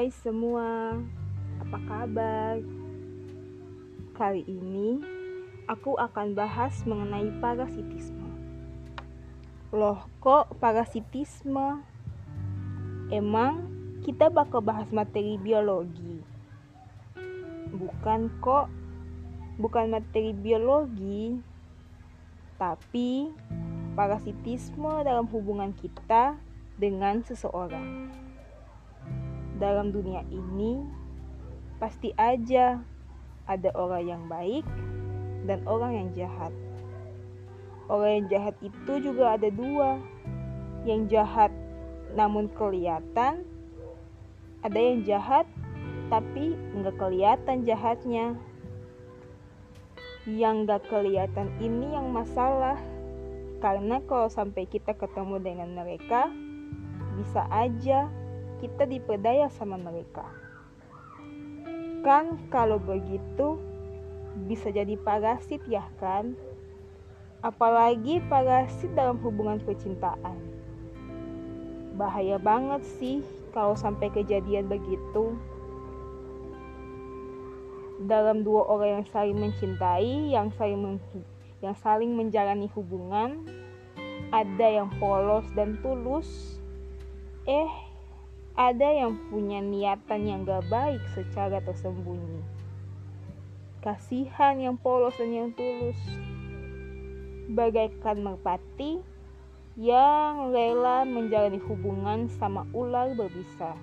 Hai semua, apa kabar? Kali ini aku akan bahas mengenai parasitisme. Loh, kok parasitisme? Emang kita bakal bahas materi biologi? Bukan kok, bukan materi biologi, tapi parasitisme dalam hubungan kita dengan seseorang. Dalam dunia ini, pasti aja ada orang yang baik dan orang yang jahat. Orang yang jahat itu juga ada dua. Yang jahat namun kelihatan, ada yang jahat tapi nggak kelihatan jahatnya. Yang nggak kelihatan ini yang masalah. Karena kalau sampai kita ketemu dengan mereka, bisa aja kita diperdaya sama mereka. Kan kalau begitu bisa jadi parasit ya kan? Apalagi parasit dalam hubungan percintaan. Bahaya banget sih kalau sampai kejadian begitu. Dalam dua orang yang saling mencintai, yang saling menjalani hubungan, ada yang polos dan tulus. Ada yang punya niatan yang gak baik secara tersembunyi. Kasihan yang polos dan yang tulus. Bagaikan merpati yang rela menjalani hubungan sama ular berbisa.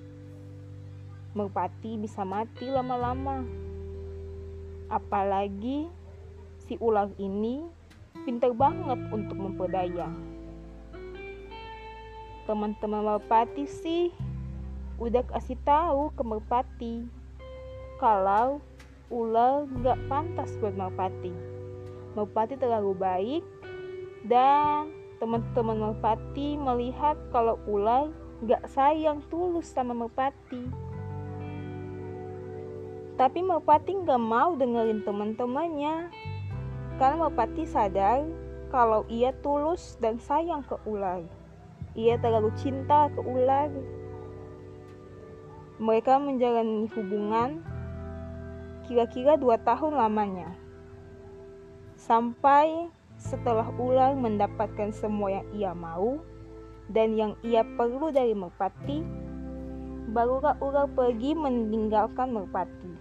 Merpati bisa mati lama-lama. Apalagi si ular ini pintar banget untuk memperdaya. Teman-teman merpati sih udah kasih tahu ke merpati kalau ular gak pantas buat merpati. Merpati terlalu baik dan teman-teman merpati melihat kalau ular gak sayang tulus sama merpati. Tapi merpati gak mau dengerin teman-temannya karena merpati sadar kalau ia tulus dan sayang ke ular. Ia terlalu cinta ke ular. Mereka menjalani hubungan kira-kira 2 tahun lamanya. Sampai setelah ular mendapatkan semua yang ia mau dan yang ia perlu dari merpati, barulah ular pergi meninggalkan merpati.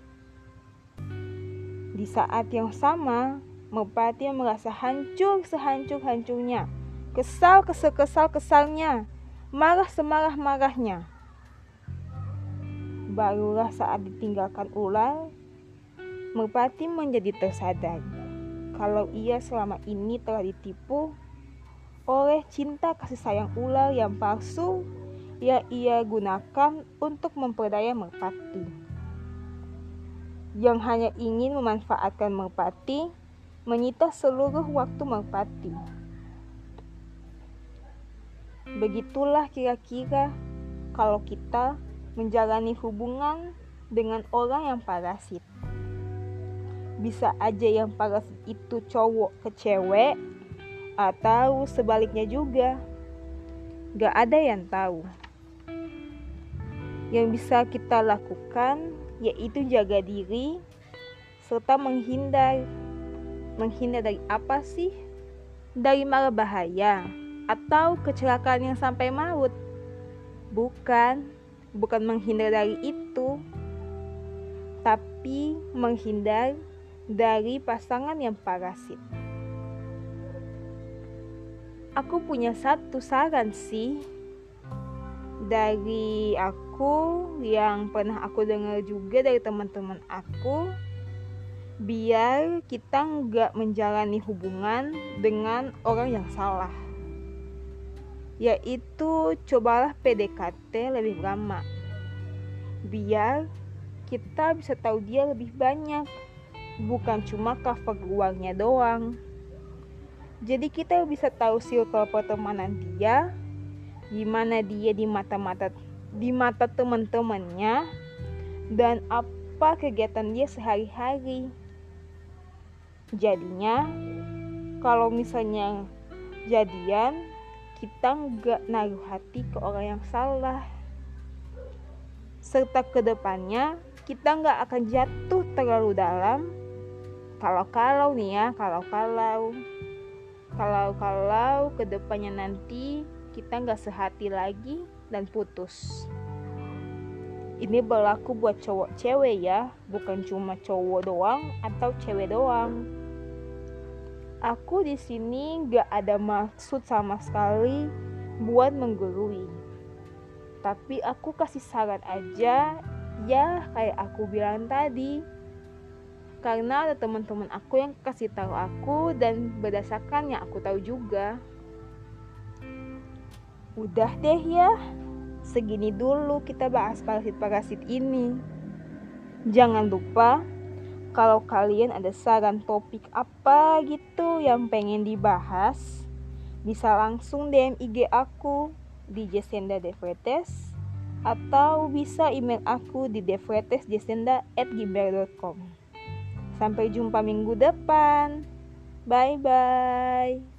Di saat yang sama, merpati merasa hancur sehancur-hancurnya. Kesalnya, marah semarah-marahnya. Barulah saat ditinggalkan ular, merpati menjadi tersadar kalau ia selama ini telah ditipu oleh cinta kasih sayang ular yang palsu yang ia gunakan untuk memperdaya merpati. Yang hanya ingin memanfaatkan merpati, menyita seluruh waktu merpati. Begitulah kira-kira kalau kita menjalani hubungan dengan orang yang parasit. Bisa aja yang parasit itu cowok ke cewek atau sebaliknya juga. Gak ada yang tahu. Yang bisa kita lakukan yaitu jaga diri serta menghindar. Menghindar dari apa sih? Dari mara bahaya atau kecelakaan yang sampai maut? Bukan menghindar dari itu, tapi menghindar dari pasangan yang parasit. Aku punya satu saran sih dari aku yang pernah aku dengar juga dari teman-teman aku, biar kita nggak menjalani hubungan dengan orang yang salah. Yaitu cobalah PDKT lebih lama. Biar kita bisa tahu dia lebih banyak. Bukan cuma cover luarnya doang. Jadi kita bisa tahu circle pertemanan dia, gimana dia di mata teman-temannya, dan apa kegiatan dia sehari-hari. Jadinya kalau misalnya jadian, kita nggak naruh hati ke orang yang salah. serta kedepannya kita nggak akan jatuh terlalu dalam kalau nih ya, kalau kedepannya nanti kita nggak sehati lagi dan putus. Ini berlaku buat cowok cewek ya, bukan cuma cowok doang atau cewek doang. Aku di sini nggak ada maksud sama sekali buat menggurui, tapi aku kasih saran aja ya, kayak aku bilang tadi. Karena ada teman-teman aku yang kasih tahu aku dan berdasarkan yang aku tahu juga. Udah deh ya, segini dulu kita bahas parasit-parasit ini. Jangan lupa kalau kalian ada saran topik apa gitu yang pengen dibahas, bisa langsung DM IG aku di Jesenda Devretes atau bisa email aku di devretesjesenda@gmail.com. Sampai jumpa minggu depan. Bye-bye.